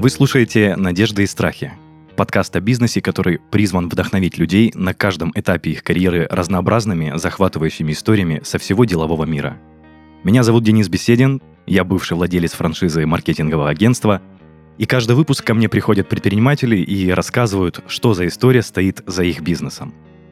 Вы слушаете «Надежды и страхи» — подкаст о бизнесе, который призван вдохновить людей на каждом этапе их карьеры разнообразными, захватывающими историями со всего делового мира. Меня зовут Денис Беседин, я бывший владелец франшизы маркетингового агентства, и каждый выпуск ко мне приходят предприниматели и рассказывают, что за история стоит за их бизнесом.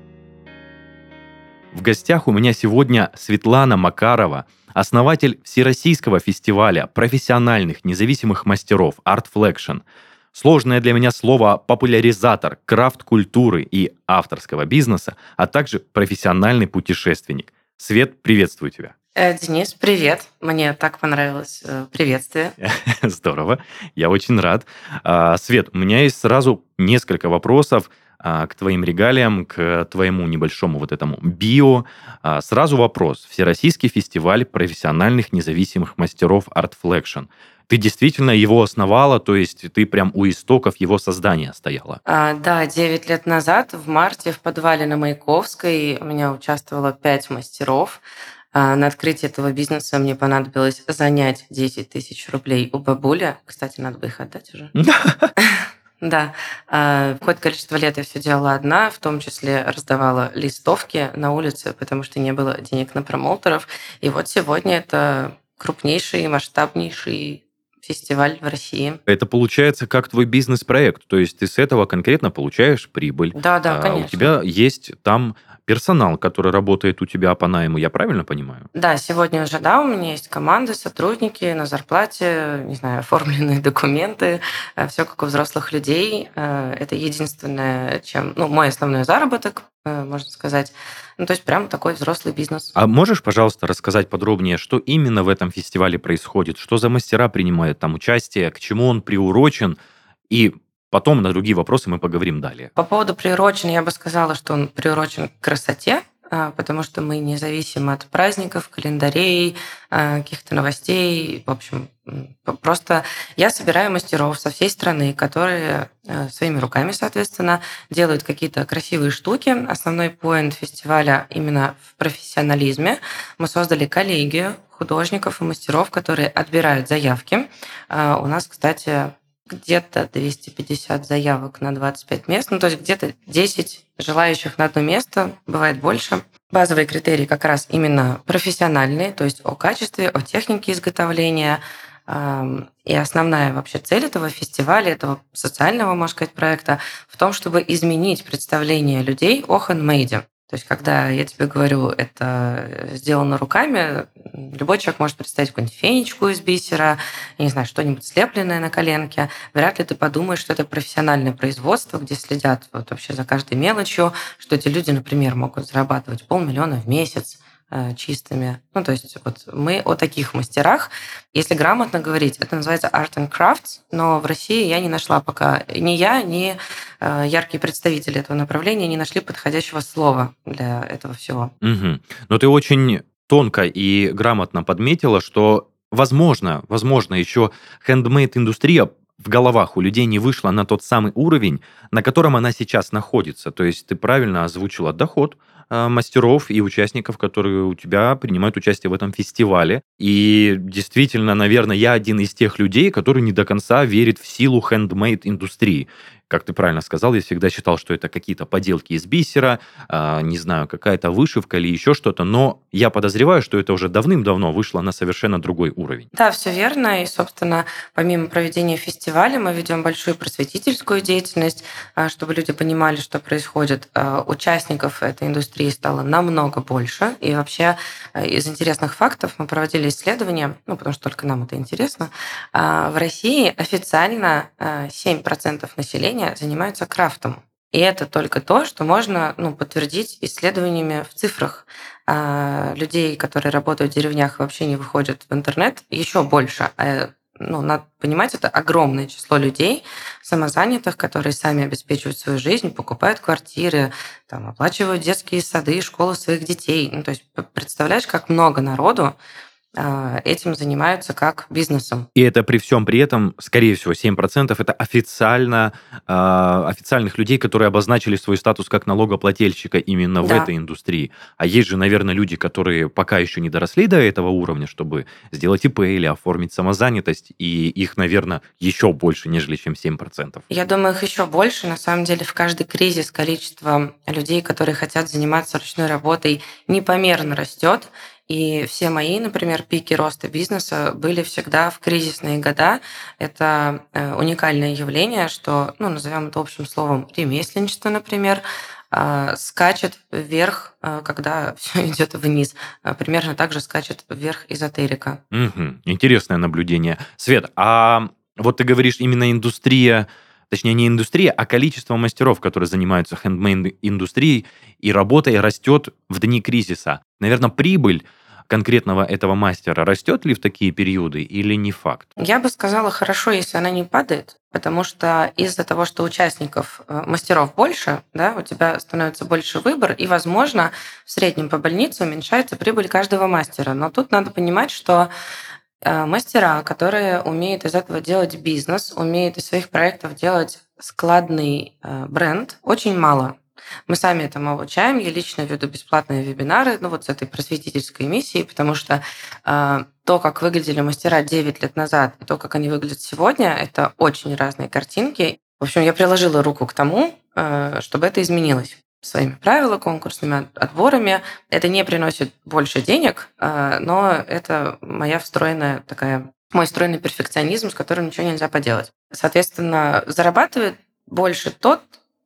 В гостях у меня сегодня Светлана Макарова, основатель Всероссийского фестиваля профессиональных независимых мастеров Art Flexion. Сложное для меня слово популяризатор крафт-культуры и авторского бизнеса, а также профессиональный путешественник. Свет, приветствую тебя. Денис, привет. Мне так понравилось приветствие. Здорово, я очень рад. Свет, у меня есть сразу несколько вопросов к твоим регалиям, к твоему небольшому вот этому био. Сразу вопрос. Всероссийский фестиваль профессиональных независимых мастеров Art Flexion. Ты действительно его основала, то есть ты прям у истоков его создания стояла? Да, 9 лет назад, в марте, в подвале на Маяковской у меня участвовало 5 мастеров. На открытие этого бизнеса мне понадобилось занять 10 тысяч рублей у бабули. Кстати, надо бы их отдать уже. Да. Какое-то количество лет я все делала одна, в том числе раздавала листовки на улице, потому что не было денег на промоутеров. И вот сегодня это крупнейший, масштабнейший фестиваль в России. Это получается как твой бизнес-проект, то есть ты с этого конкретно получаешь прибыль. Да, конечно. У тебя есть там персонал, который работает у тебя по найму, я правильно понимаю? Да, сегодня уже, у меня есть команда, сотрудники на зарплате, не знаю, оформленные документы, все как у взрослых людей. Это единственное, чем, мой основной заработок, можно сказать. То есть прям такой взрослый бизнес. А можешь, пожалуйста, рассказать подробнее, что именно в этом фестивале происходит? Что за мастера принимают там участие? К чему он приурочен? И потом на другие вопросы мы поговорим далее. По поводу приурочен, я бы сказала, что он приурочен к красоте, потому что мы не зависим от праздников, календарей, каких-то новостей. В общем, просто я собираю мастеров со всей страны, которые своими руками, соответственно, делают какие-то красивые штуки. Основной поинт фестиваля именно в профессионализме. Мы создали коллегию художников и мастеров, которые отбирают заявки. У нас, кстати, где-то 250 заявок на 25 мест, то есть где-то 10 желающих на одно место, бывает больше. Базовые критерии как раз именно профессиональные, то есть о качестве, о технике изготовления. И основная вообще цель этого фестиваля, этого социального, можно сказать, проекта в том, чтобы изменить представление людей о хендмейде. То есть, когда я тебе говорю, это сделано руками, любой человек может представить какую-нибудь фенечку из бисера, я не знаю, что-нибудь слепленное на коленке. Вряд ли ты подумаешь, что это профессиональное производство, где следят вообще за каждой мелочью, что эти люди, например, могут зарабатывать 500 000 в месяц чистыми. То есть мы о таких мастерах. Если грамотно говорить, это называется art and crafts, но в России я не нашла пока, ни я, ни яркие представители этого направления не нашли подходящего слова для этого всего. Угу. Но ты очень тонко и грамотно подметила, что возможно, еще хендмейд-индустрия в головах у людей не вышла на тот самый уровень, на котором она сейчас находится. То есть ты правильно озвучила доход мастеров и участников, которые у тебя принимают участие в этом фестивале. И действительно, наверное, я один из тех людей, который не до конца верит в силу хендмейд-индустрии. Как ты правильно сказал, я всегда считал, что это какие-то поделки из бисера, не знаю, какая-то вышивка или еще что-то, но я подозреваю, что это уже давным-давно вышло на совершенно другой уровень. Да, все верно. И, собственно, помимо проведения фестиваля, мы ведем большую просветительскую деятельность, чтобы люди понимали, что происходит. Участников этой индустрии стало намного больше. И вообще из интересных фактов мы проводили исследования, потому что только нам это интересно. В России официально 7% населения занимаются крафтом. И это только то, что можно подтвердить исследованиями в цифрах. Людей, которые работают в деревнях, вообще не выходят в интернет, еще больше. Надо понимать, это огромное число людей, самозанятых, которые сами обеспечивают свою жизнь, покупают квартиры, оплачивают детские сады, школы своих детей. То есть представляешь, как много народу этим занимаются как бизнесом. И это при всем при этом, скорее всего, 7% это официальных людей, которые обозначили свой статус как налогоплательщика именно в Да. этой индустрии. А есть же, наверное, люди, которые пока еще не доросли до этого уровня, чтобы сделать ИП или оформить самозанятость, и их, наверное, еще больше, нежели чем 7%. Я думаю, их еще больше. На самом деле, в каждый кризис количество людей, которые хотят заниматься ручной работой, непомерно растет. И все мои, например, пики роста бизнеса были всегда в кризисные года. Это уникальное явление, что, назовем это общим словом, ремесленничество, например, скачет вверх, когда все идет вниз. Примерно так же скачет вверх эзотерика. Мгм. Интересное наблюдение. Свет, а вот ты говоришь именно индустрия, точнее не индустрия, а количество мастеров, которые занимаются хендмейд-индустрией и работой растет в дни кризиса. Наверное, прибыль конкретного этого мастера растет ли в такие периоды или не факт? Я бы сказала, хорошо, если она не падает, потому что из-за того, что участников, мастеров больше, да, у тебя становится больше выбор, и, возможно, в среднем по больнице уменьшается прибыль каждого мастера. Но тут надо понимать, что мастера, которые умеют из этого делать бизнес, умеют из своих проектов делать складный бренд, очень мало. Мы сами этому обучаем. Я лично веду бесплатные вебинары, с этой просветительской миссией, потому что то, как выглядели мастера 9 лет назад, и то, как они выглядят сегодня, это очень разные картинки. В общем, я приложила руку к тому, чтобы это изменилось своими правилами, конкурсными отборами. Это не приносит больше денег, но это мой встроенный перфекционизм, с которым ничего нельзя поделать. Соответственно, зарабатывает больше тот,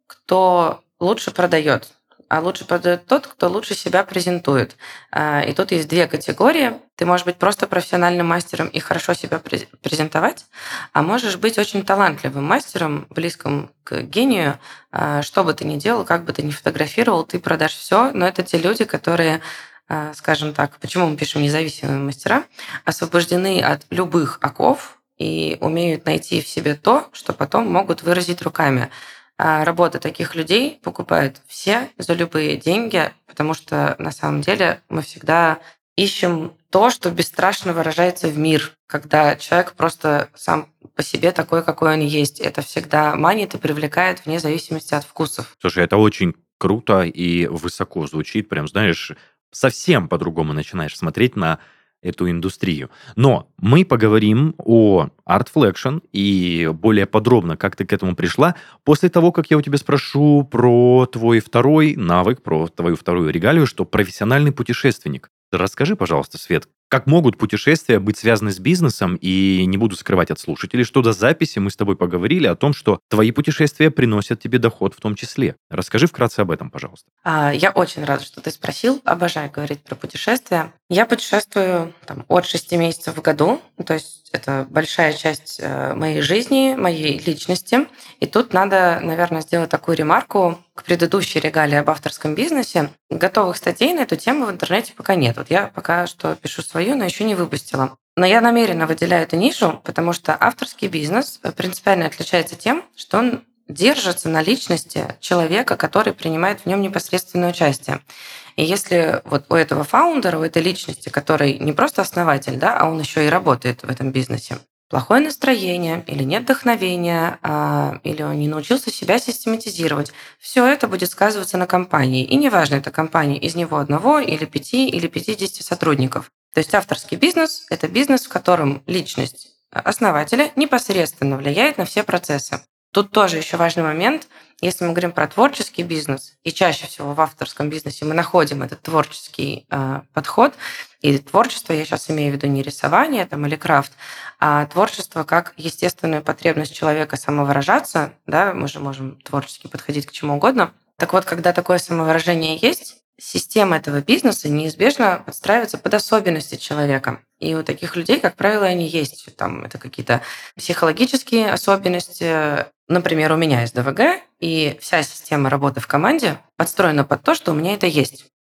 кто лучше продает. А лучше продает тот, кто лучше себя презентует. И тут есть две категории. Ты можешь быть просто профессиональным мастером и хорошо себя презентовать, а можешь быть очень талантливым мастером, близким к гению. Что бы ты ни делал, как бы ты ни фотографировал, ты продашь все. Но это те люди, которые, скажем так, почему мы пишем независимые мастера, освобождены от любых оков и умеют найти в себе то, что потом могут выразить руками. А работа таких людей покупают все за любые деньги, потому что на самом деле мы всегда ищем то, что бесстрашно выражается в мир, когда человек просто сам по себе такой, какой он есть. Это всегда манит и привлекает вне зависимости от вкусов. Слушай, это очень круто и высоко звучит, прям, знаешь, совсем по-другому начинаешь смотреть на эту индустрию. Но мы поговорим о Art Flexion и более подробно, как ты к этому пришла, после того, как я у тебя спрошу про твой второй навык, про твою вторую регалию, что профессиональный путешественник. Расскажи, пожалуйста, Свет, как могут путешествия быть связаны с бизнесом, и не буду скрывать от слушателей, что до записи мы с тобой поговорили о том, что твои путешествия приносят тебе доход в том числе. Расскажи вкратце об этом, пожалуйста. Я очень рада, что ты спросил. Обожаю говорить про путешествия. Я путешествую от 6 месяцев в году, то есть это большая часть моей жизни, моей личности. И тут надо, наверное, сделать такую ремарку к предыдущей регалии об авторском бизнесе. Готовых статей на эту тему в интернете пока нет. Вот я пока что пишу свою, но еще не выпустила. Но я намеренно выделяю эту нишу, потому что авторский бизнес принципиально отличается тем, что он держится на личности человека, который принимает в нем непосредственное участие. И если у этого фаундера, у этой личности, который не просто основатель, да, а он еще и работает в этом бизнесе, плохое настроение или нет вдохновения, или он не научился себя систематизировать, все это будет сказываться на компании. И неважно, это компания из него одного или 5 или 50 сотрудников. То есть авторский бизнес – это бизнес, в котором личность основателя непосредственно влияет на все процессы. Тут тоже еще важный момент. Если мы говорим про творческий бизнес, и чаще всего в авторском бизнесе мы находим этот творческий подход, и творчество, я сейчас имею в виду не рисование или крафт, а творчество как естественную потребность человека самовыражаться, да, мы же можем творчески подходить к чему угодно. Так вот, когда такое самовыражение есть, система этого бизнеса неизбежно подстраивается под особенности человека. И у таких людей, как правило, они есть. Это какие-то психологические особенности. Например, у меня есть ДВГ, и вся система работы в команде подстроена под то, что у меня это есть.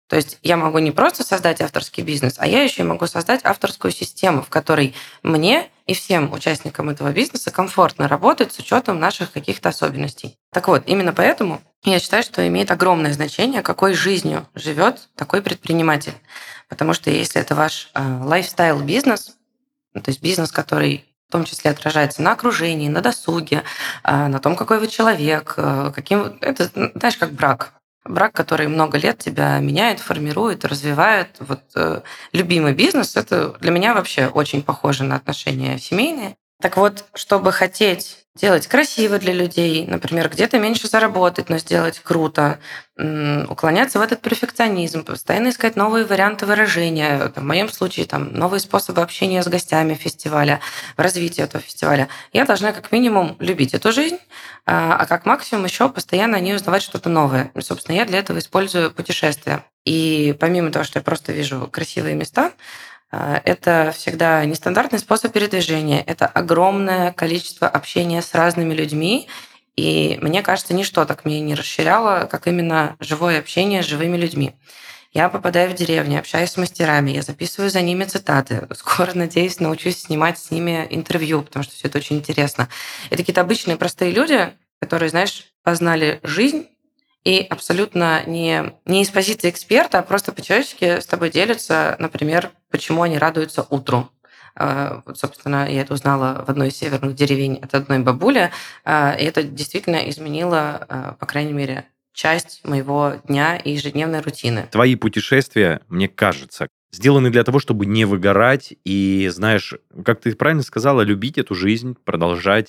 То есть я могу не просто создать авторский бизнес, а я еще и могу создать авторскую систему, в которой мне и всем участникам этого бизнеса комфортно работать с учетом наших каких-то особенностей. Так вот, именно поэтому я считаю, что имеет огромное значение, какой жизнью живет такой предприниматель. Потому что если это ваш лайфстайл-бизнес, то есть бизнес, который в том числе отражается на окружении, на досуге, на том, какой вы человек, каким... Это, знаешь, как брак. Брак, который много лет тебя меняет, формирует, развивает. Вот любимый бизнес, это для меня вообще очень похоже на отношения семейные. Так вот, чтобы хотеть делать красиво для людей, например, где-то меньше заработать, но сделать круто, уклоняться в этот перфекционизм, постоянно искать новые варианты выражения, в моем случае новые способы общения с гостями фестиваля, в развитии этого фестиваля, я должна как минимум любить эту жизнь, а как максимум еще постоянно о ней узнавать что-то новое. И, собственно, я для этого использую путешествия. И помимо того, что я просто вижу красивые места, это всегда нестандартный способ передвижения, это огромное количество общения с разными людьми, и мне кажется, ничто так меня не расширяло, как именно живое общение с живыми людьми. Я попадаю в деревню, общаюсь с мастерами, я записываю за ними цитаты. Скоро, надеюсь, научусь снимать с ними интервью, потому что все это очень интересно. Это какие-то обычные простые люди, которые, знаешь, познали жизнь, и абсолютно не из позиции эксперта, а просто по-человечески с тобой делятся, например, почему они радуются утру. Вот, собственно, я это узнала в одной из северных деревень от одной бабули, и это действительно изменило, по крайней мере, часть моего дня и ежедневной рутины. Твои путешествия, мне кажется, сделаны для того, чтобы не выгорать и, знаешь, как ты правильно сказала, любить эту жизнь, продолжать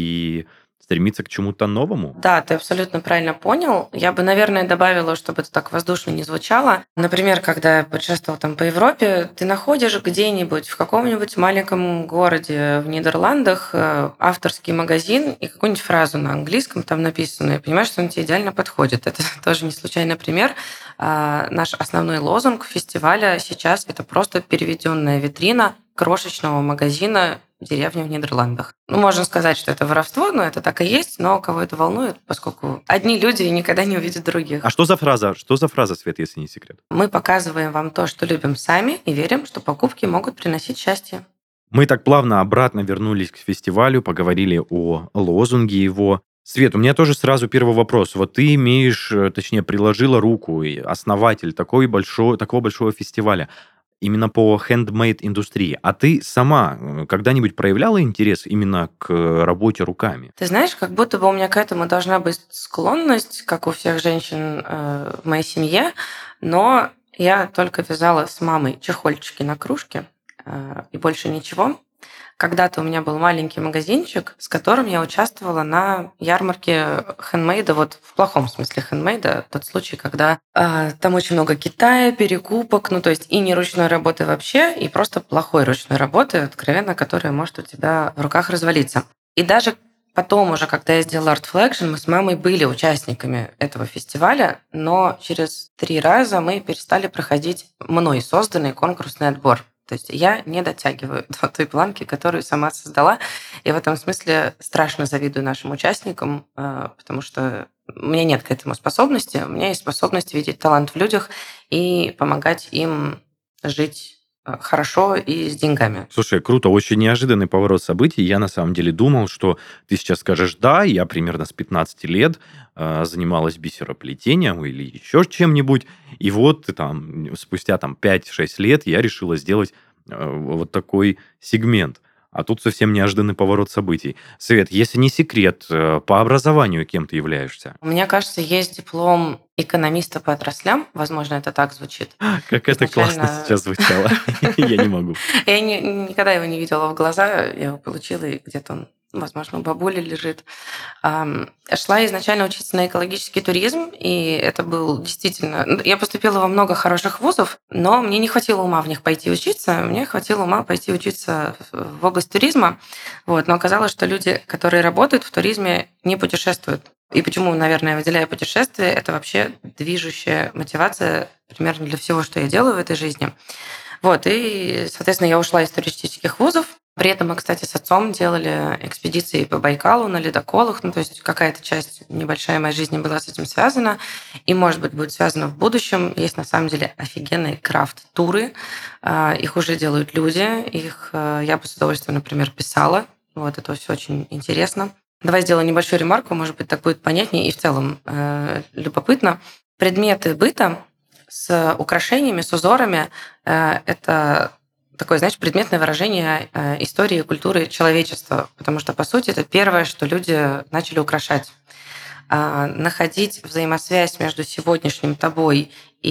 и стремиться к чему-то новому. Да, ты абсолютно правильно понял. Я бы, наверное, добавила, чтобы это так воздушно не звучало. Например, когда я путешествовала по Европе, ты находишь где-нибудь в каком-нибудь маленьком городе в Нидерландах авторский магазин и какую-нибудь фразу на английском там написанную, и понимаешь, что он тебе идеально подходит. Это тоже не случайный пример. Наш основной лозунг фестиваля сейчас – это просто переведенная витрина крошечного магазина деревни в Нидерландах. Можно сказать, что это воровство, но это так и есть, но кого это волнует, поскольку одни люди никогда не увидят других. А что за фраза? Что за фраза, Свет, если не секрет? Мы показываем вам то, что любим сами, и верим, что покупки могут приносить счастье. Мы так плавно обратно вернулись к фестивалю, поговорили о лозунге его. Свет, у меня тоже сразу первый вопрос. Вот ты имеешь, точнее, приложила руку, и основатель такого большого фестиваля именно по хендмейд-индустрии. А ты сама когда-нибудь проявляла интерес именно к работе руками? Ты знаешь, как будто бы у меня к этому должна быть склонность, как у всех женщин в моей семье, но я только вязала с мамой чехольчики на кружке и больше ничего. Когда-то у меня был маленький магазинчик, с которым я участвовала на ярмарке хендмейда, вот в плохом смысле хендмейда, тот случай, когда там очень много Китая, перекупок, то есть и не ручной работы вообще, и просто плохой ручной работы, откровенно, которая может у тебя в руках развалиться. И даже потом уже, когда я сделала Art Flexion, мы с мамой были участниками этого фестиваля, но через 3 раза мы перестали проходить мной созданный конкурсный отбор. То есть я не дотягиваю до той планки, которую сама создала. И в этом смысле страшно завидую нашим участникам, потому что у меня нет к этому способности. У меня есть способность видеть талант в людях и помогать им жить хорошо и с деньгами. Слушай, круто, очень неожиданный поворот событий. Я на самом деле думал, что ты сейчас скажешь, да, я примерно с 15 лет занималась бисероплетением или еще чем-нибудь, и вот спустя 5-6 лет я решила сделать вот такой сегмент. А тут совсем неожиданный поворот событий. Свет, если не секрет, по образованию кем ты являешься? Мне кажется, есть диплом экономиста по отраслям. Возможно, это так звучит. Как это классно сейчас звучало. Я не могу. Я никогда его не видела в глаза. Я его получила, и где-то он, возможно, у бабули лежит. Шла изначально учиться на экологический туризм, и это был действительно... Я поступила во много хороших вузов, но мне не хватило ума в них пойти учиться. Мне хватило ума пойти учиться в область туризма. Но оказалось, что люди, которые работают в туризме, не путешествуют. И почему, наверное, я выделяю путешествия, это вообще движущая мотивация примерно для всего, что я делаю в этой жизни. И, соответственно, я ушла из туристических вузов, При этом мы, кстати, с отцом делали экспедиции по Байкалу на ледоколах. То есть какая-то часть небольшая моей жизни была с этим связана. И, может быть, будет связана в будущем. Есть, на самом деле, офигенные крафт-туры. Их уже делают люди. Их я бы с удовольствием, например, писала. Вот это все очень интересно. Давай сделаю небольшую ремарку. Может быть, так будет понятнее и в целом любопытно. Предметы быта с украшениями, с узорами это такое, знаешь, предметное выражение истории и культуры человечества, потому что, по сути, это первое, что люди начали украшать. Находить взаимосвязь между сегодняшним тобой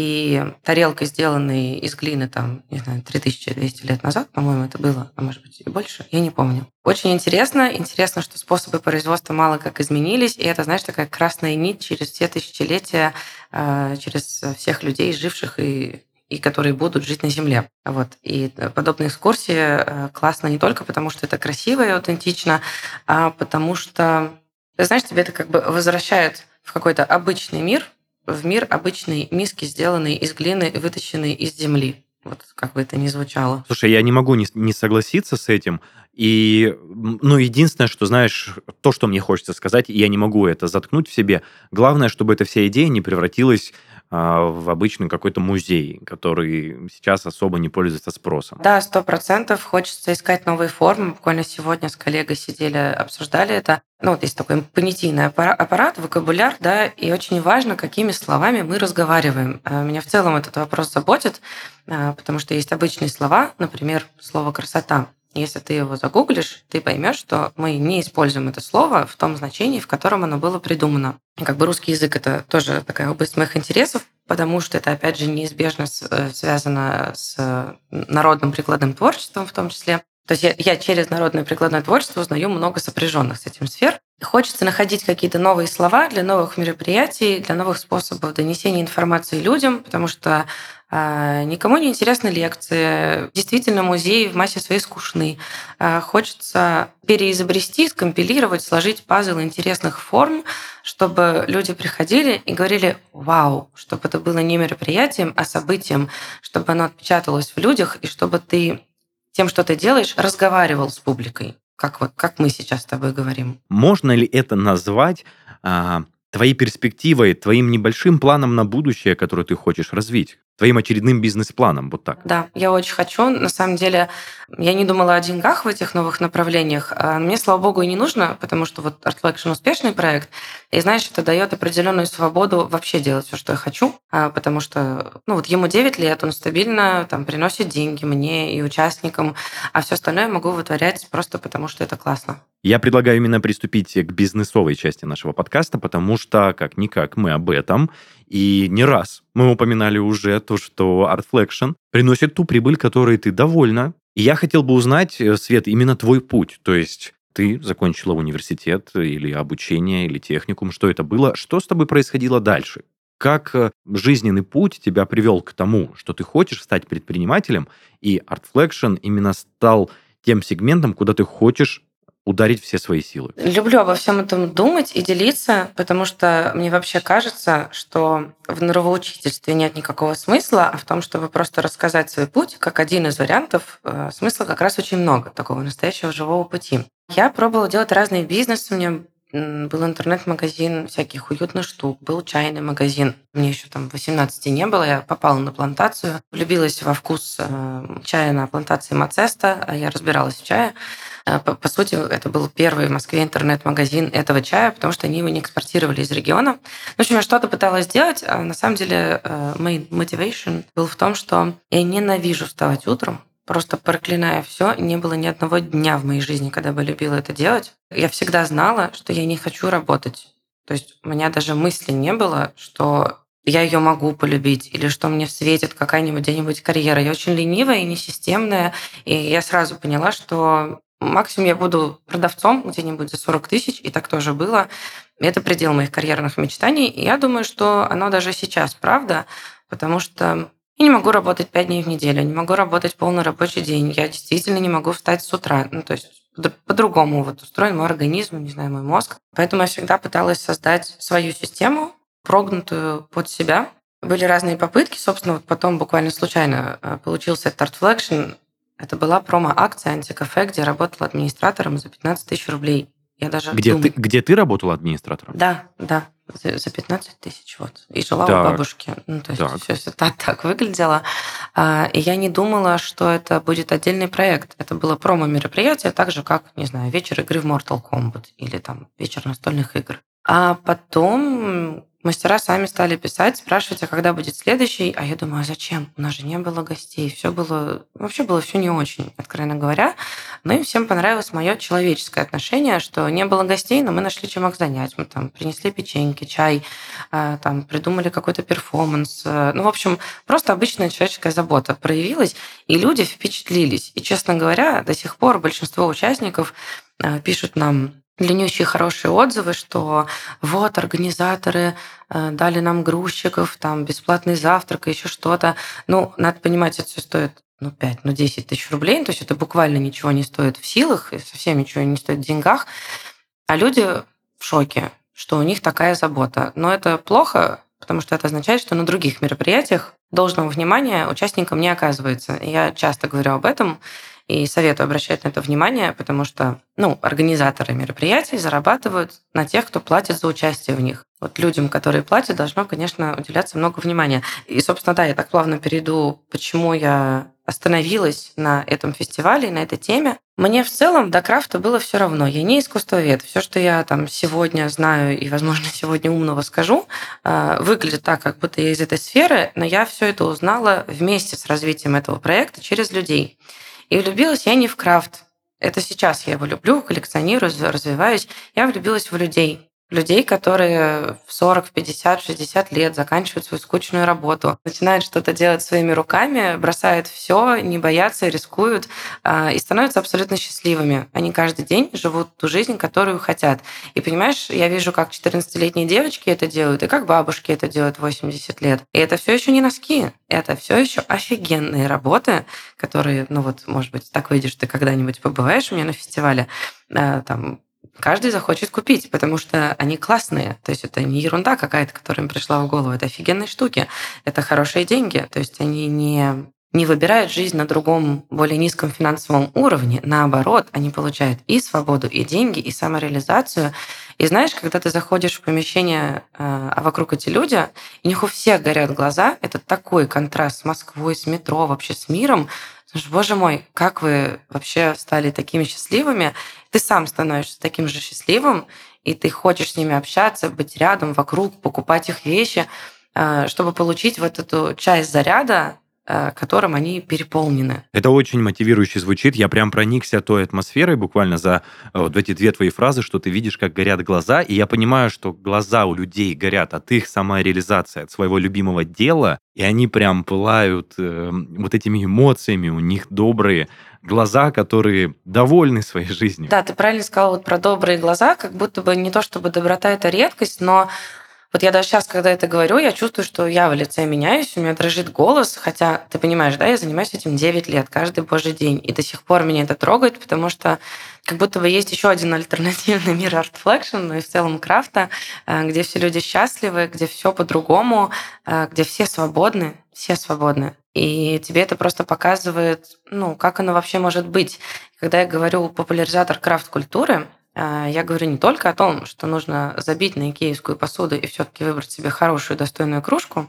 и тарелкой, сделанной из глины, там, не знаю, 3200 лет назад, по-моему, это было, а может быть и больше, я не помню. Очень интересно. Интересно, что способы производства мало как изменились, и это, знаешь, такая красная нить через все тысячелетия, через всех людей, живших и которые будут жить на Земле. Вот. И подобные экскурсии классно не только потому, что это красиво и аутентично, а потому что, ты знаешь, тебе это как бы возвращает в какой-то обычный мир, в мир обычной миски, сделанной из глины и вытащенной из земли. Вот как бы это ни звучало. Слушай, я не могу не согласиться с этим. И, ну, единственное, что, знаешь, то, что мне хочется сказать, и я не могу это заткнуть в себе, главное, чтобы эта вся идея не превратилась в обычный какой-то музей, который сейчас особо не пользуется спросом. Да, 100%. Хочется искать новые формы. Буквально сегодня с коллегой сидели, обсуждали это. Ну, вот есть такой понятийный аппарат, вокабуляр, да, и очень важно, какими словами мы разговариваем. Меня в целом этот вопрос заботит, потому что есть обычные слова, например, слово «красота». Если ты его загуглишь, ты поймешь, что мы не используем это слово в том значении, в котором оно было придумано. Как бы русский язык — это тоже такая область моих интересов, потому что это, опять же, неизбежно связано с народным прикладным творчеством в том числе. То есть я через народное прикладное творчество узнаю много сопряженных с этим сфер. Хочется находить какие-то новые слова для новых мероприятий, для новых способов донесения информации людям, потому что никому не интересны лекции. Действительно, музеи в массе своей скучны. Хочется переизобрести, скомпилировать, сложить пазл интересных форм, чтобы люди приходили и говорили «Вау!», чтобы это было не мероприятием, а событием, чтобы оно отпечаталось в людях, и чтобы ты тем, что ты делаешь, разговаривал с публикой, как мы сейчас с тобой говорим. Можно ли это назвать твоей перспективой, твоим небольшим планом на будущее, которое ты хочешь развить? Твоим очередным бизнес-планом, вот так? Да, я очень хочу. На самом деле, я не думала о деньгах в этих новых направлениях. Мне, слава богу, и не нужно, потому что вот ArtFlexion успешный проект, и, знаешь, это дает определенную свободу вообще делать все, что я хочу, потому что, ну, вот ему 9 лет, он стабильно там приносит деньги мне и участникам, а все остальное я могу вытворять просто потому, что это классно. Я предлагаю именно приступить к бизнесовой части нашего подкаста, потому что, как-никак, мы об этом. И не раз мы упоминали уже то, что ArtFlexion приносит ту прибыль, которой ты довольна. И я хотел бы узнать, Свет, именно твой путь. То есть ты закончила университет или обучение, или техникум. Что это было? Что с тобой происходило дальше? Как жизненный путь тебя привел к тому, что ты хочешь стать предпринимателем, и ArtFlexion именно стал тем сегментом, куда ты хочешь ударить все свои силы? Люблю обо всем этом думать и делиться, потому что мне вообще кажется, что в нравоучительстве нет никакого смысла, а в том, чтобы просто рассказать свой путь, как один из вариантов, смысла как раз очень много, такого настоящего живого пути. Я пробовала делать разные бизнесы, у меня был интернет-магазин всяких уютных штук, был чайный магазин. Мне еще там 18 не было, я попала на плантацию, влюбилась во вкус чая на плантации Мацеста, а я разбиралась в чае. По сути, это был первый в Москве интернет-магазин этого чая, потому что они его не экспортировали из региона. В общем, я что-то пыталась сделать, а на самом деле мой motivation был в том, что я ненавижу вставать утром, просто проклиная все. Не было ни одного дня в моей жизни, когда бы любила это делать. Я всегда знала, что я не хочу работать. То есть у меня даже мысли не было, что я ее могу полюбить, или что мне светит какая-нибудь где-нибудь карьера. Я очень ленивая и несистемная, и я сразу поняла, что максимум я буду продавцом где-нибудь за 40 тысяч, и так тоже было. Это предел моих карьерных мечтаний, и я думаю, что оно даже сейчас правда, потому что я не могу работать 5 дней в неделю, не могу работать полный рабочий день, я действительно не могу встать с утра. Ну, то есть по-другому вот устроен мой организм, не знаю, мой мозг. Поэтому я всегда пыталась создать свою систему, прогнутую под себя. Были разные попытки, собственно, вот потом буквально случайно получился этот ArtFlexion. Это была промо-акция антикафе, где я работала администратором за 15 тысяч рублей. Я даже Где ты работала администратором? Да, за 15 тысяч, вот. И жила у Так, бабушки. Ну, то есть так. все это так выглядело. И я не думала, что это будет отдельный проект. Это было промо-мероприятие, так же, как, не знаю, вечер игры в Mortal Kombat или там вечер настольных игр. А потом мастера сами стали писать, спрашивать, а когда будет следующий. А я думаю, а зачем? У нас же не было гостей. Вообще было все не очень, откровенно говоря. Но им всем понравилось мое человеческое отношение, что не было гостей, но мы нашли, чем их занять. Мы там принесли печеньки, чай, там придумали какой-то перформанс. Ну, в общем, просто обычная человеческая забота проявилась, и люди впечатлились. И, честно говоря, до сих пор большинство участников пишут нам длиннющие хорошие отзывы, что вот организаторы дали нам грузчиков, там бесплатный завтрак и еще что-то. Ну, надо понимать, это все стоит 5, 10 тысяч рублей, то есть это буквально ничего не стоит в силах, и совсем ничего не стоит в деньгах, а люди в шоке, что у них такая забота. Но это плохо, потому что это означает, что на других мероприятиях должного внимания участникам не оказывается. И я часто говорю об этом и советую обращать на это внимание, потому что организаторы мероприятий зарабатывают на тех, кто платит за участие в них. Вот людям, которые платят, должно, конечно, уделяться много внимания. И, собственно, да, я так плавно перейду, почему я остановилась на этом фестивале, на этой теме. Мне в целом до крафта было все равно. Я не искусствовед. Все, что я там сегодня знаю и, возможно, сегодня умного скажу, выглядит так, как будто я из этой сферы, но я все это узнала вместе с развитием этого проекта через людей. И влюбилась я не в крафт. Это сейчас я его люблю, коллекционирую, развиваюсь. Я влюбилась в людей. Людей, которые в 40, в 50, в 60 лет заканчивают свою скучную работу, начинают что-то делать своими руками, бросают все, не боятся, рискуют и становятся абсолютно счастливыми. Они каждый день живут ту жизнь, которую хотят. И понимаешь, я вижу, как 14-летние девочки это делают, и как бабушки это делают в 80 лет. И это все еще не носки, это все еще офигенные работы, которые, может быть, так выйдешь, ты когда-нибудь побываешь у меня на фестивале, там каждый захочет купить, потому что они классные. То есть это не ерунда какая-то, которая им пришла в голову. Это офигенные штуки. Это хорошие деньги. То есть они не выбирают жизнь на другом, более низком финансовом уровне. Наоборот, они получают и свободу, и деньги, и самореализацию. И знаешь, когда ты заходишь в помещение, а вокруг эти люди, у них у всех горят глаза. Это такой контраст с Москвой, с метро, вообще с миром. Боже мой, как вы вообще стали такими счастливыми? Ты сам становишься таким же счастливым, и ты хочешь с ними общаться, быть рядом, вокруг, покупать их вещи, чтобы получить вот эту часть заряда, которым они переполнены. Это очень мотивирующе звучит. Я прям проникся той атмосферой буквально за вот эти 2 твои фразы, что ты видишь, как горят глаза, и я понимаю, что глаза у людей горят от их самореализации, от своего любимого дела, и они прям пылают вот этими эмоциями, у них добрые глаза, которые довольны своей жизнью. Да, ты правильно сказала вот про добрые глаза, как будто бы не то чтобы доброта – это редкость, но вот я даже сейчас, когда это говорю, я чувствую, что я в лице меняюсь, у меня дрожит голос, хотя, ты понимаешь, да, я занимаюсь этим 9 лет, каждый божий день, и до сих пор меня это трогает, потому что как будто бы есть еще один альтернативный мир Artflexion, ну и в целом крафта, где все люди счастливы, где все по-другому, где все свободны, все свободны. И тебе это просто показывает, как оно вообще может быть. Когда я говорю популяризатор крафт-культуры, я говорю не только о том, что нужно забить на икеевскую посуду и все-таки выбрать себе хорошую, достойную кружку.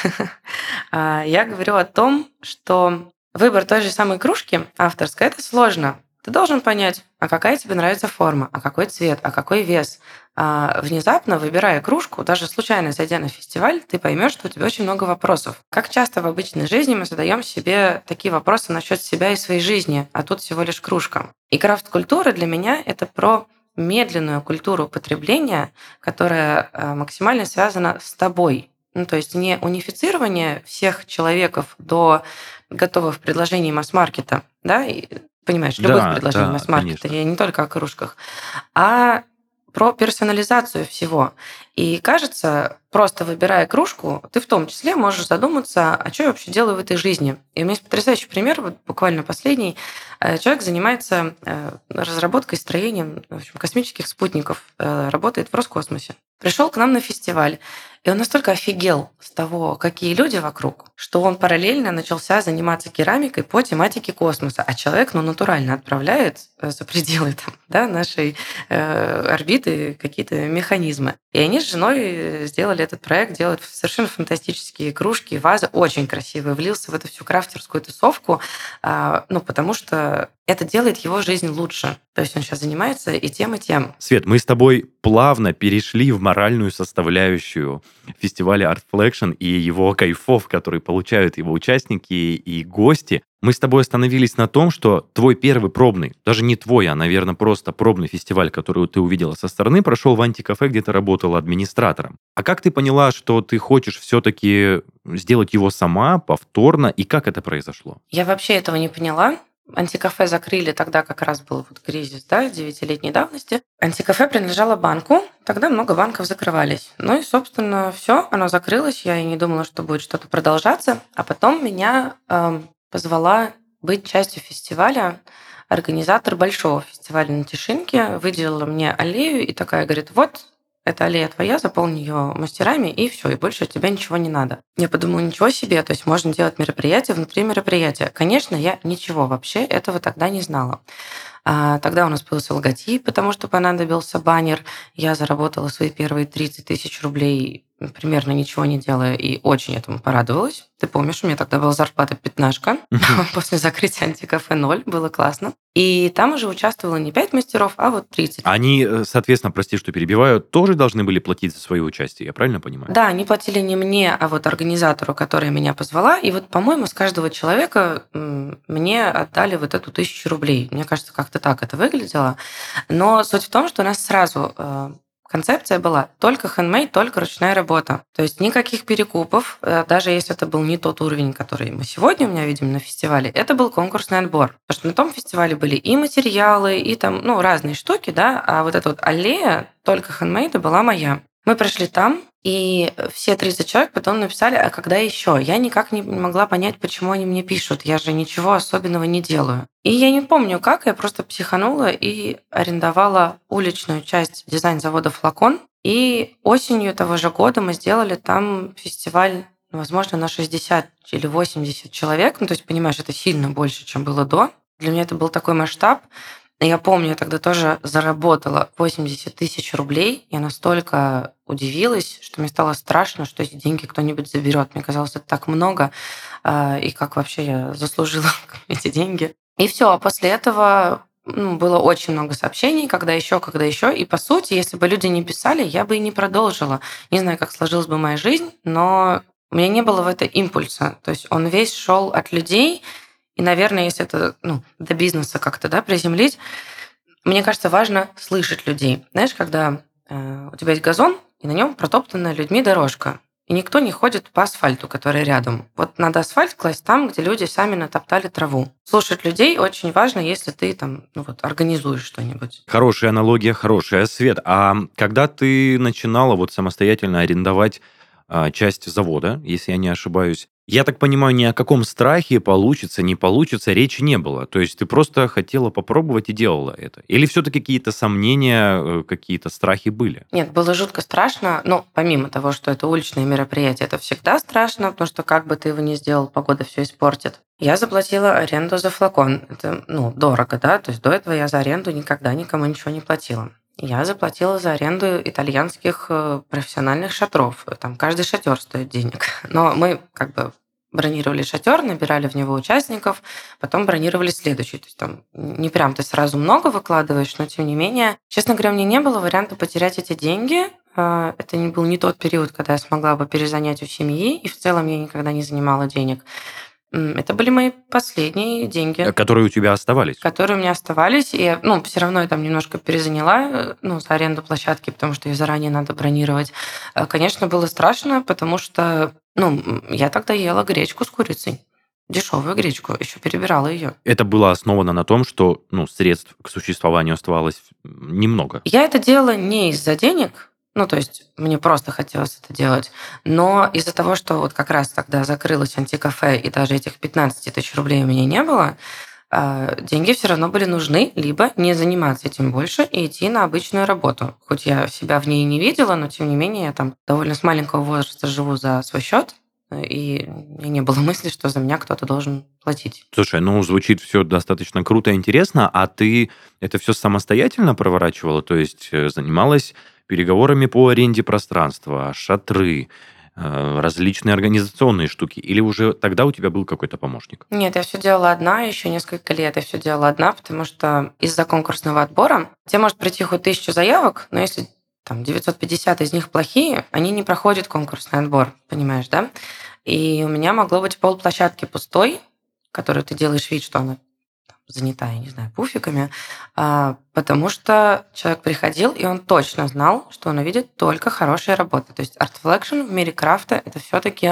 Я говорю о том, что выбор той же самой кружки авторской – это сложно. Ты должен понять, а какая тебе нравится форма, а какой цвет, а какой вес. Внезапно, выбирая кружку, даже случайно зайдя на фестиваль, ты поймешь, что у тебя очень много вопросов. Как часто в обычной жизни мы задаем себе такие вопросы насчет себя и своей жизни, а тут всего лишь кружка. И крафт-культура для меня – это про медленную культуру потребления, которая максимально связана с тобой. То есть не унифицирование всех человеков до готовых предложений масс-маркета, да, понимаешь, любых предложений масс-маркета, я не только о кружках, а про персонализацию всего. И кажется, просто выбирая кружку, ты в том числе можешь задуматься, а что я вообще делаю в этой жизни. И у меня есть потрясающий пример, вот буквально последний. Человек занимается разработкой, строением, в общем, космических спутников, работает в Роскосмосе. Пришел к нам на фестиваль, и он настолько офигел с того, какие люди вокруг, что он параллельно начался заниматься керамикой по тематике космоса. А человек, натурально отправляет за пределы нашей орбиты какие-то механизмы. И они с женой сделали этот проект, делают совершенно фантастические кружки, вазы, очень красивые. Влился в эту всю крафтерскую тусовку, потому что это делает его жизнь лучше. То есть он сейчас занимается и тем, и тем. Свет, мы с тобой плавно перешли в моральную составляющую фестиваля Artflexion и его кайфов, которые получают его участники и гости. Мы с тобой остановились на том, что твой первый пробный, даже не твой, а, наверное, просто пробный фестиваль, который ты увидела со стороны, прошел в антикафе, где ты работала администратором. А как ты поняла, что ты хочешь все-таки сделать его сама, повторно, и как это произошло? Я вообще этого не поняла. Антикафе закрыли тогда, как раз был кризис, 9-летней давности. Антикафе принадлежало банку, тогда много банков закрывались. И, собственно, все, оно закрылось, я и не думала, что будет что-то продолжаться. А потом меня позвала быть частью фестиваля организатор большого фестиваля на Тишинке, выделила мне аллею и такая говорит, вот, эта аллея твоя, заполни ее мастерами, и все, и больше от тебя ничего не надо. Я подумала, ничего себе, то есть можно делать мероприятие внутри мероприятия. Конечно, я ничего вообще этого тогда не знала. Тогда у нас появился логотип, потому что понадобился баннер. Я заработала свои первые 30 тысяч рублей, примерно ничего не делая, и очень этому порадовалась. Ты помнишь, у меня тогда была зарплата 15, после закрытия антикафе 0, было классно. И там уже участвовало не 5 мастеров, а вот 30. Они, соответственно, прости, что перебиваю, тоже должны были платить за свое участие, я правильно понимаю? Да, они платили не мне, а вот организатору, которая меня позвала. И вот, по-моему, с каждого человека мне отдали вот эту 1000 рублей. Мне кажется, как-то так это выглядело. Но суть в том, что у нас сразу концепция была только хендмейд, только ручная работа. То есть никаких перекупов, даже если это был не тот уровень, который мы сегодня у меня видим на фестивале, это был конкурсный отбор. Потому что на том фестивале были и материалы, и там, разные штуки, а вот эта вот аллея только хендмейда была моя. Мы прошли там, и все 30 человек потом написали, а когда еще? Я никак не могла понять, почему они мне пишут. Я же ничего особенного не делаю. И я не помню как, я просто психанула и арендовала уличную часть дизайн-завода «Флакон». И осенью того же года мы сделали там фестиваль, возможно, на 60 или 80 человек. То есть, понимаешь, это сильно больше, чем было до. Для меня это был такой масштаб. Я помню, я тогда тоже заработала 80 тысяч рублей. Я настолько удивилась, что мне стало страшно, что эти деньги кто-нибудь заберет. Мне казалось, это так много, и как вообще я заслужила эти деньги. И все, а после этого было очень много сообщений, когда еще. И, по сути, если бы люди не писали, я бы и не продолжила. Не знаю, как сложилась бы моя жизнь, но у меня не было в это импульса. То есть он весь шел от людей. И, наверное, если это до бизнеса как-то приземлить, мне кажется, важно слышать людей. Знаешь, когда у тебя есть газон, и на нем протоптана людьми дорожка, и никто не ходит по асфальту, который рядом. Вот надо асфальт класть там, где люди сами натоптали траву. Слушать людей очень важно, если ты организуешь что-нибудь. Хорошая аналогия, хорошая. Свет, а когда ты начинала самостоятельно арендовать часть завода, если я не ошибаюсь, я так понимаю, ни о каком страхе получится, не получится, речи не было. То есть ты просто хотела попробовать и делала это? Или все-таки какие-то сомнения, какие-то страхи были? Нет, было жутко страшно. Помимо того, что это уличное мероприятие, это всегда страшно, потому что как бы ты его ни сделал, погода все испортит. Я заплатила аренду за флакон. Это, дорого, да? То есть до этого я за аренду никогда никому ничего не платила. Я заплатила за аренду итальянских профессиональных шатров. Там каждый шатер стоит денег. Но мы бронировали шатер, набирали в него участников, потом бронировали следующий. То есть там не прям ты сразу много выкладываешь, но тем не менее, честно говоря, у меня не было варианта потерять эти деньги. Это был не тот период, когда я смогла бы перезанять у семьи, и в целом я никогда не занимала денег. Это были мои последние деньги. Которые у тебя оставались? Которые у меня оставались. И все равно я там немножко перезаняла за аренду площадки, потому что ее заранее надо бронировать. Конечно, было страшно, потому что я тогда ела гречку с курицей. Дешевую гречку, еще перебирала ее. Это было основано на том, что средств к существованию оставалось немного. Я это делала не из-за денег, Ну, то есть мне просто хотелось это делать. Но из-за того, что вот как раз тогда закрылось антикафе, и даже этих 15 тысяч рублей у меня не было, деньги все равно были нужны, либо не заниматься этим больше и идти на обычную работу. Хоть я себя в ней и не видела, но тем не менее я там довольно с маленького возраста живу за свой счет, и у меня не было мысли, что за меня кто-то должен платить. Слушай, ну, звучит все достаточно круто и интересно, а ты это все самостоятельно проворачивала? То есть, занималась переговорами по аренде пространства, шатры, различные организационные штуки? Или уже тогда у тебя был какой-то помощник? Нет, я все делала одна, еще несколько лет я все делала одна, потому что из-за конкурсного отбора тебе может прийти хоть 1000 заявок, но если там 950 из них плохие, они не проходят конкурсный отбор, понимаешь, да? И у меня могло быть полплощадки пустой, которую ты делаешь вид, что она там занята, я не знаю, пуфиками, потому что человек приходил, и он точно знал, что он увидит только хорошие работы. То есть Art Flexion в мире крафта — это все таки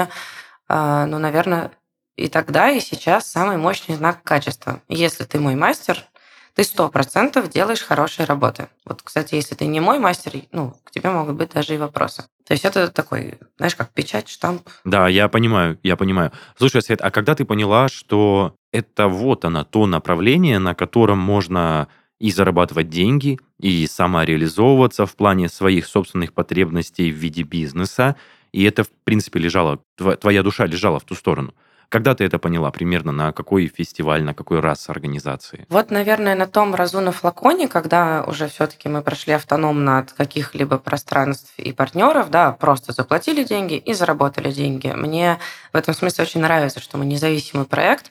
ну, наверное, и тогда, и сейчас самый мощный знак качества. Если ты мой мастер, ты 100% делаешь хорошие работы. Вот, кстати, если ты не мой мастер, ну, к тебе могут быть даже и вопросы. То есть это такой, знаешь, как печать, штамп. Да, я понимаю, я понимаю. Слушай, Свет, а когда ты поняла, что это вот оно, то направление, на котором можно и зарабатывать деньги, и самореализовываться в плане своих собственных потребностей в виде бизнеса, и это, в принципе, лежало, твоя душа лежала в ту сторону. Когда ты это поняла? Примерно на какой фестиваль, на какой раз организации? Вот, наверное, на том разу на флаконе, когда уже все-таки мы прошли автономно от каких-либо пространств и партнеров, да, просто заплатили деньги и заработали деньги. Мне в этом смысле очень нравится, что мы независимый проект.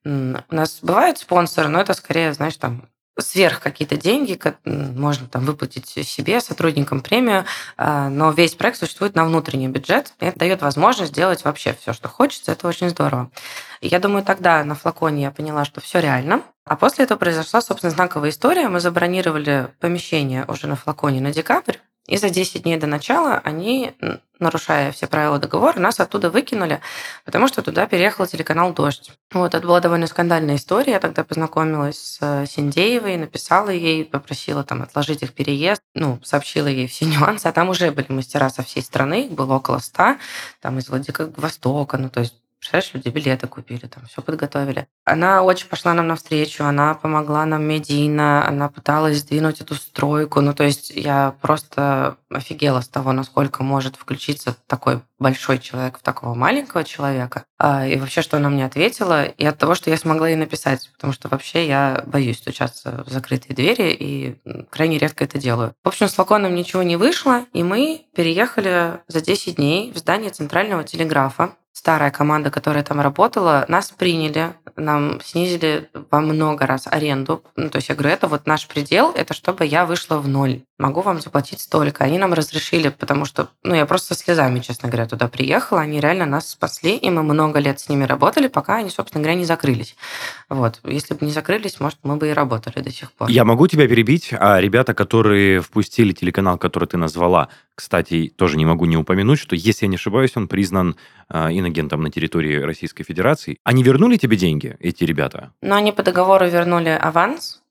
У нас бывают спонсоры, но это скорее, знаешь, там сверх какие-то деньги, можно там выплатить себе, сотрудникам премию, но весь проект существует на внутренний бюджет, и это дает возможность делать вообще все, что хочется, это очень здорово. И я думаю, тогда на флаконе я поняла, что все реально. А после этого произошла, собственно, знаковая история. Мы забронировали помещение уже на флаконе на декабрь, и за 10 дней до начала они, нарушая все правила договора, нас оттуда выкинули, потому что туда переехал телеканал «Дождь». Вот, это была довольно скандальная история. Я тогда познакомилась с Синдеевой, написала ей, попросила там отложить их переезд, ну, сообщила ей все нюансы. А там уже были мастера со всей страны, их было около 100, там из Владивостока, ну, то есть представляешь, люди билеты купили, там все подготовили. Она очень пошла нам навстречу, она помогла нам медийно, она пыталась сдвинуть эту стройку. Ну, то есть я просто офигела с того, насколько может включиться такой большой человек в такого маленького человека. И вообще, что она мне ответила, и от того, что я смогла ей написать, потому что вообще я боюсь стучаться в закрытые двери и крайне редко это делаю. В общем, с флаконом ничего не вышло, и мы переехали за 10 дней в здание Центрального телеграфа. Старая команда, которая там работала, нас приняли, нам снизили во много раз аренду. Ну, то есть я говорю, это вот наш предел, это чтобы я вышла в ноль. Могу вам заплатить столько. Они нам разрешили, потому что, ну, я просто со слезами, честно говоря, туда приехала. Они реально нас спасли, и мы много лет с ними работали, пока они, собственно говоря, не закрылись. Вот. Если бы не закрылись, может, мы бы и работали до сих пор. Я могу тебя перебить, а ребята, которые впустили телеканал, который ты назвала, кстати, тоже не могу не упомянуть, что, если я не ошибаюсь, он признан инагентом на территории Российской Федерации. Они вернули тебе деньги, эти ребята? Но они по договору вернули аванс,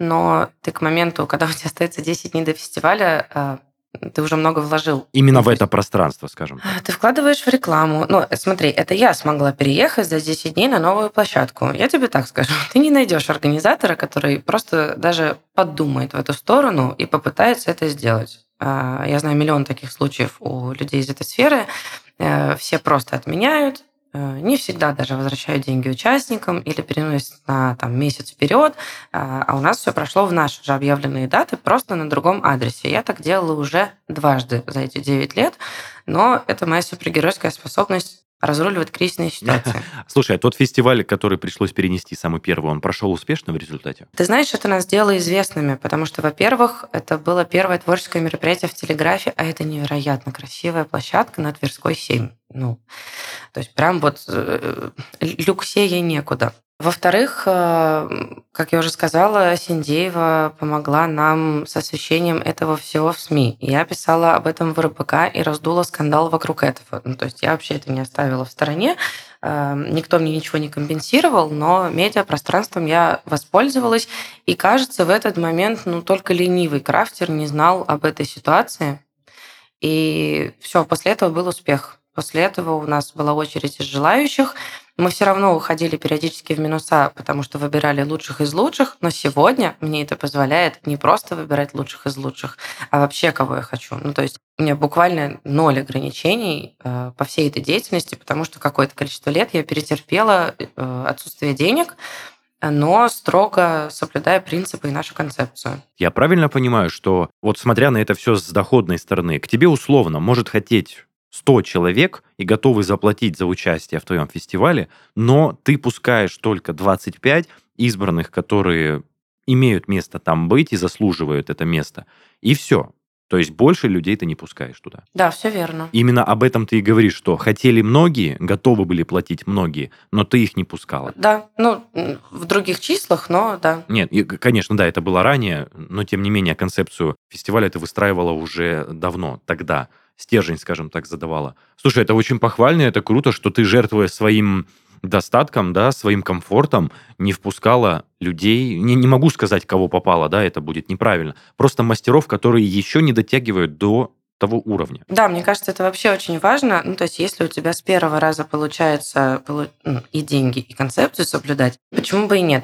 но ты к моменту, когда у тебя остается 10 дней до фестиваля, ты уже много вложил. Именно Ну, в то есть это пространство, скажем так. ты вкладываешь в рекламу. Ну, смотри, это я смогла переехать за 10 дней на новую площадку. Я тебе так скажу, ты не найдешь организатора, который просто даже подумает в эту сторону и попытается это сделать. Я знаю миллион таких случаев у людей из этой сферы. Все просто отменяют, не всегда даже возвращают деньги участникам или переносят на там, месяц вперед, а у нас все прошло в наши же объявленные даты, просто на другом адресе. Я так делала уже дважды за эти 9 лет, но это моя супергеройская способность разруливать кризисные ситуации. Слушай, а тот фестиваль, который пришлось перенести, самый первый, он прошел успешно в результате? Ты знаешь, это нас сделало известными, потому что, во-первых, это было первое творческое мероприятие в Телеграфе, а это невероятно красивая площадка на Тверской 7. Ну, то есть прям вот люксее некуда. Во-вторых, как я уже сказала, Синдеева помогла нам с освещением этого всего в СМИ. Я писала об этом в РБК и раздула скандал вокруг этого. Ну, то есть я вообще это не оставила в стороне. Никто мне ничего не компенсировал, но медиапространством я воспользовалась. И, кажется, в этот момент только ленивый крафтер не знал об этой ситуации. И все, после этого был успех. После этого у нас была очередь из желающих. Мы все равно уходили периодически в минуса, потому что выбирали лучших из лучших, но сегодня мне это позволяет не просто выбирать лучших из лучших, а вообще кого я хочу. Ну, то есть у меня буквально ноль ограничений по всей этой деятельности, потому что какое-то количество лет я перетерпела отсутствие денег, но строго соблюдая принципы и нашу концепцию. Я правильно понимаю, что вот смотря на это все с доходной стороны, к тебе условно может хотеть 100 человек и готовы заплатить за участие в твоем фестивале, но ты пускаешь только 25 избранных, которые имеют место там быть и заслуживают это место, и все. То есть больше людей ты не пускаешь туда. Да, все верно. Именно об этом ты и говоришь, что хотели многие, готовы были платить многие, но ты их не пускала. Да, ну, в других числах, но да. Нет, конечно, да, это было ранее, но тем не менее концепцию фестиваля ты выстраивала уже давно, тогда. Стержень, скажем так, задавала. Слушай, это очень похвально, это круто, что ты, жертвуя своим достатком, да, своим комфортом, не впускала людей, не могу сказать, кого попало, да, это будет неправильно, просто мастеров, которые еще не дотягивают до того уровня. Да, мне кажется, это вообще очень важно. Ну, то есть, если у тебя с первого раза получается и деньги, и концепцию соблюдать, почему бы и нет?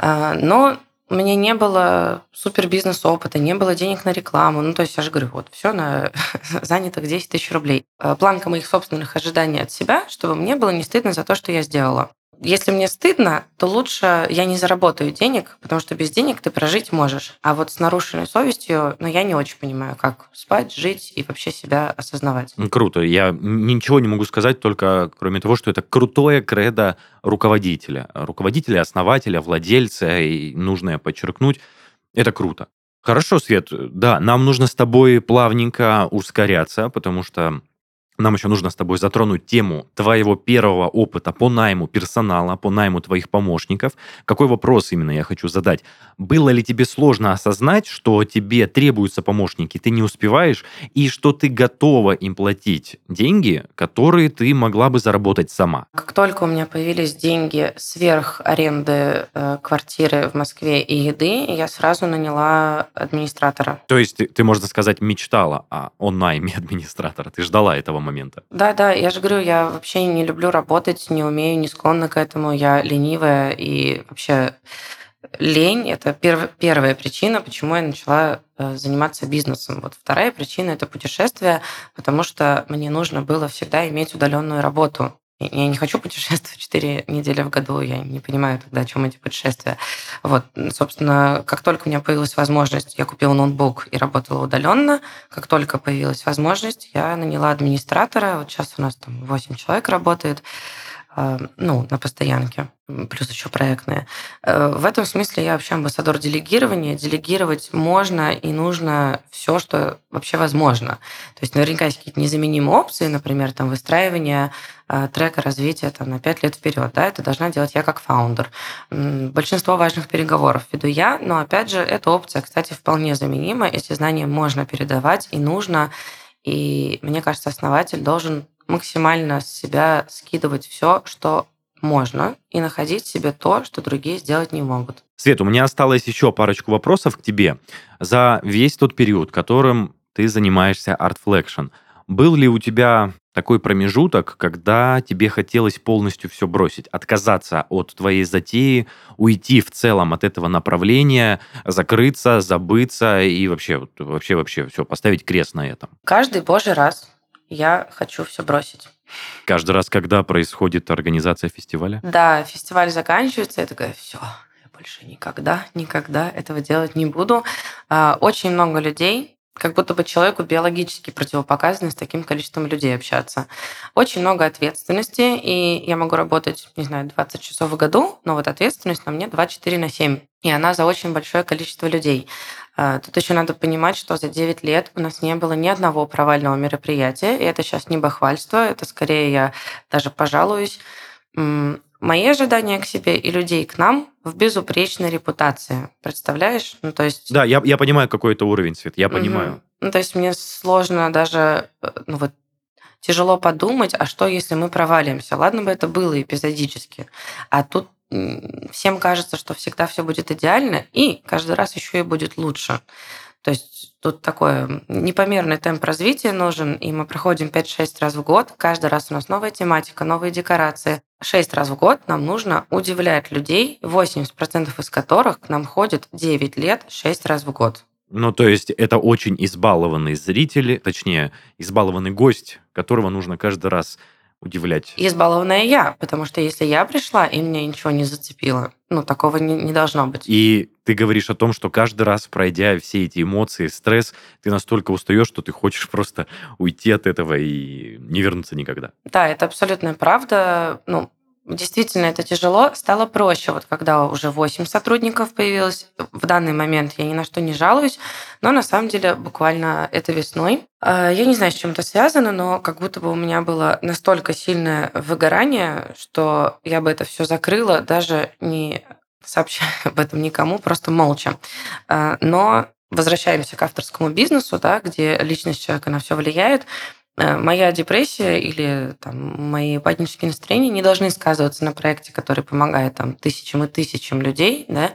Но у меня не было супер бизнес-опыта, не было денег на рекламу. Ну, то есть, я же говорю, вот, все на занятых 10 тысяч рублей. Планка моих собственных ожиданий от себя, чтобы мне было не стыдно за то, что я сделала. Если мне стыдно, то лучше я не заработаю денег, потому что без денег ты прожить можешь. А вот с нарушенной совестью, я не очень понимаю, как спать, жить и вообще себя осознавать. Круто. Я ничего не могу сказать, только кроме того, что это крутое кредо руководителя. Руководителя, основателя, владельца, и нужно подчеркнуть, это круто. Хорошо, Свет, да, нам нужно с тобой плавненько ускоряться, потому что нам еще нужно с тобой затронуть тему твоего первого опыта по найму персонала, по найму твоих помощников. Какой вопрос именно я хочу задать? Было ли тебе сложно осознать, что тебе требуются помощники, ты не успеваешь, и что ты готова им платить деньги, которые ты могла бы заработать сама? Как только у меня появились деньги сверх аренды квартиры в Москве и еды, я сразу наняла администратора. То есть ты, можно сказать, мечтала о найме администратора, ты ждала этого момента. Да, я же говорю, я вообще не люблю работать, не умею, не склонна к этому, я ленивая, и вообще лень – это первая причина, почему я начала заниматься бизнесом. Вот вторая причина – это путешествие, потому что мне нужно было всегда иметь удаленную работу. Я не хочу путешествовать 4 недели в году, я не понимаю тогда, о чем эти путешествия. Вот, собственно, как только у меня появилась возможность, я купила ноутбук и работала удаленно. Как только появилась возможность, я наняла администратора. Вот сейчас у нас там 8 человек работает, на постоянке, плюс еще проектные. В этом смысле я вообще амбассадор делегирования. Делегировать можно и нужно все, что вообще возможно. То есть наверняка есть какие-то незаменимые опции, например, там выстраивание трека развития на 5 лет вперед. Да, это должна делать я как фаундер. Большинство важных переговоров веду я, но опять же, эта опция, кстати, вполне заменима. Эти знания можно передавать и нужно. И мне кажется, основатель должен максимально с себя скидывать все, что можно, и находить себе то, что другие сделать не могут. Свет, у меня осталось еще парочку вопросов к тебе. За весь тот период, которым ты занимаешься Artflexion, был ли у тебя такой промежуток, когда тебе хотелось полностью все бросить, отказаться от твоей затеи, уйти в целом от этого направления, закрыться, забыться и вообще все, поставить крест на этом? Каждый божий раз я хочу все бросить. Каждый раз, когда происходит организация фестиваля? Да, фестиваль заканчивается, я такая, все, я больше никогда этого делать не буду. Очень много людей, как будто бы человеку биологически противопоказано с таким количеством людей общаться. Очень много ответственности, и я могу работать, 20 часов в году, но вот ответственность на мне 24/7, и она за очень большое количество людей. Тут еще надо понимать, что за 9 лет у нас не было ни одного провального мероприятия, и это сейчас не бахвальство, это скорее я даже пожалуюсь. Мои ожидания к себе и людей к нам в безупречной репутации. Представляешь? То есть... Да, я понимаю, какой это уровень, Свет, я понимаю. То есть мне сложно даже, тяжело подумать, а что, если мы провалимся? Ладно бы это было эпизодически, а тут всем кажется, что всегда все будет идеально, и каждый раз еще и будет лучше. То есть тут такой непомерный темп развития нужен, и мы проходим 5-6 раз в год. Каждый раз у нас новая тематика, новые декорации. 6 раз в год нам нужно удивлять людей, 80% из которых к нам ходят 9 лет 6 раз в год. Ну, то есть это очень избалованный зритель, точнее, избалованный гость, которого нужно каждый раз удивлять. Избалованная я, потому что если я пришла, и меня ничего не зацепило, такого не должно быть. И ты говоришь о том, что каждый раз, пройдя все эти эмоции, стресс, ты настолько устаешь, что ты хочешь просто уйти от этого и не вернуться никогда. Да, это абсолютная правда. Действительно, это тяжело. Стало проще, когда уже 8 сотрудников появилось. В данный момент я ни на что не жалуюсь, но на самом деле буквально это весной. Я не знаю, с чем это связано, но как будто бы у меня было настолько сильное выгорание, что я бы это все закрыла, даже не сообщая об этом никому, просто молча. Но возвращаемся к авторскому бизнесу, да, где личность человека на все влияет. Моя депрессия или мои панические настроения не должны сказываться на проекте, который помогает тысячам и тысячам людей. Да?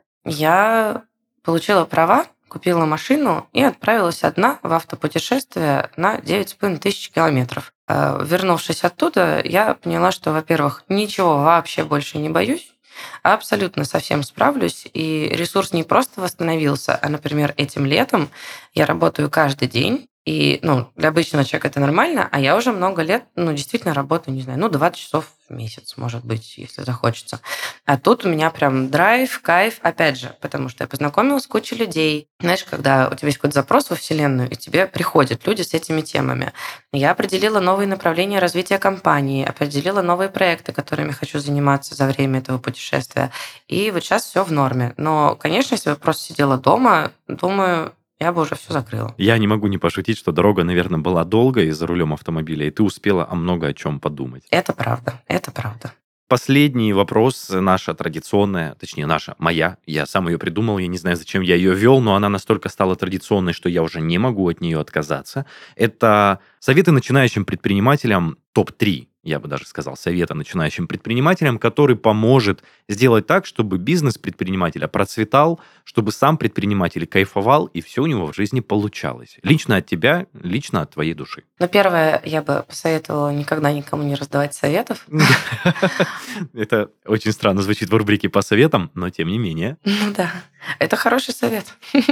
Я получила права, купила машину и отправилась одна в автопутешествие на 9500 километров. Вернувшись оттуда, я поняла, что, во-первых, ничего вообще больше не боюсь, абсолютно со всем справлюсь, и ресурс не просто восстановился, а, например, этим летом я работаю каждый день, и, для обычного человека это нормально, а я уже много лет, действительно работаю, не знаю, 20 часов в месяц, может быть, если захочется. А тут у меня прям драйв, кайф, опять же, потому что я познакомилась с кучей людей. Знаешь, когда у тебя есть какой-то запрос во Вселенную, и тебе приходят люди с этими темами. Я определила новые направления развития компании, определила новые проекты, которыми хочу заниматься за время этого путешествия. И вот сейчас все в норме. Но, конечно, если бы я просто сидела дома, думаю, я бы уже все закрыла. Я не могу не пошутить, что дорога, наверное, была долгой за рулем автомобиля, и ты успела много о чем подумать. Это правда, это правда. Последний вопрос, наша традиционная, точнее, моя, я сам ее придумал, я не знаю, зачем я ее вел, но она настолько стала традиционной, что я уже не могу от нее отказаться. Это советы начинающим предпринимателям топ-3, я бы даже сказал, совета начинающим предпринимателям, который поможет сделать так, чтобы бизнес предпринимателя процветал, чтобы сам предприниматель кайфовал, и все у него в жизни получалось. Лично от тебя, лично от твоей души. Первое, я бы посоветовала никогда никому не раздавать советов. Это очень странно звучит в рубрике по советам, но тем не менее. Да, это хороший совет.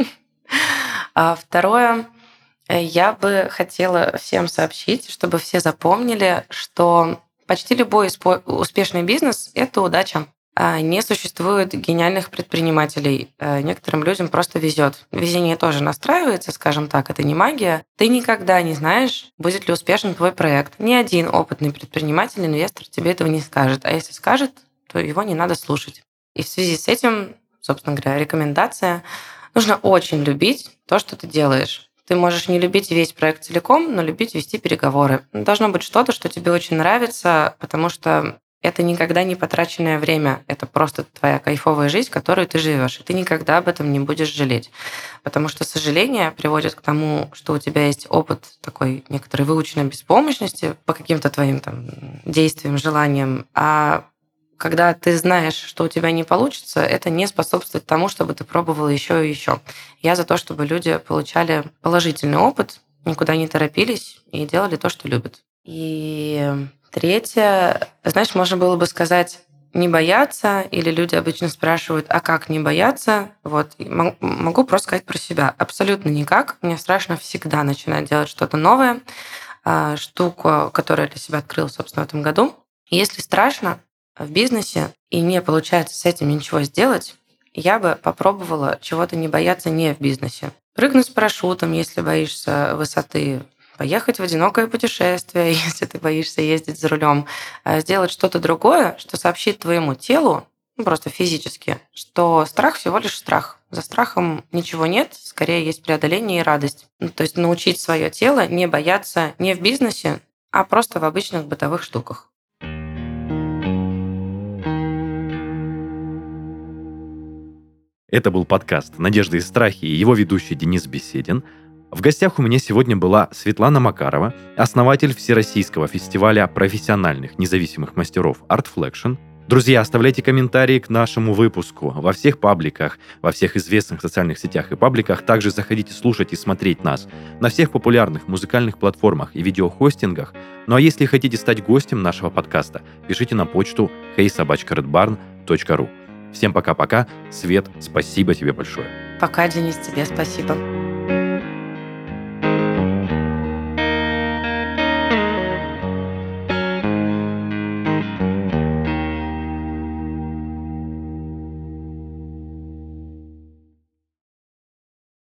А второе, я бы хотела всем сообщить, чтобы все запомнили, что почти любой успешный бизнес – это удача. Не существует гениальных предпринимателей. Некоторым людям просто везет. Везение тоже настраивается, скажем так, это не магия. Ты никогда не знаешь, будет ли успешен твой проект. Ни один опытный предприниматель, инвестор тебе этого не скажет. А если скажет, то его не надо слушать. И в связи с этим, собственно говоря, рекомендация. Нужно очень любить то, что ты делаешь. Ты можешь не любить весь проект целиком, но любить вести переговоры. Должно быть что-то, что тебе очень нравится, потому что это никогда не потраченное время. Это просто твоя кайфовая жизнь, которую ты живешь. И ты никогда об этом не будешь жалеть. Потому что сожаление приводит к тому, что у тебя есть опыт такой некоторой выученной беспомощности по каким-то твоим действиям, желаниям. А когда ты знаешь, что у тебя не получится, это не способствует тому, чтобы ты пробовала еще и еще. Я за то, чтобы люди получали положительный опыт, никуда не торопились и делали то, что любят. И третье, знаешь, можно было бы сказать не бояться, или люди обычно спрашивают, а как не бояться? Могу просто сказать про себя. Абсолютно никак. Мне страшно всегда начинать делать что-то новое, штуку, которую я для себя открыла, собственно, в этом году. Если страшно в бизнесе и не получается с этим ничего сделать, я бы попробовала чего-то не бояться не в бизнесе. Прыгнуть с парашютом, если боишься высоты, поехать в одинокое путешествие, если ты боишься ездить за рулем, сделать что-то другое, что сообщит твоему телу, просто физически, что страх всего лишь страх. За страхом ничего нет, скорее есть преодоление и радость. То есть научить свое тело не бояться не в бизнесе, а просто в обычных бытовых штуках. Это был подкаст «Надежды и страхи» и его ведущий Денис Беседин. В гостях у меня сегодня была Светлана Макарова, основатель Всероссийского фестиваля профессиональных независимых мастеров Art Flexion, Друзья, оставляйте комментарии к нашему выпуску во всех пабликах, во всех известных социальных сетях и пабликах. Также заходите слушать и смотреть нас на всех популярных музыкальных платформах и видеохостингах. Ну а если хотите стать гостем нашего подкаста, пишите на почту hey@redbarn.ru. Всем пока-пока. Свет, спасибо тебе большое. Пока, Денис, тебе спасибо.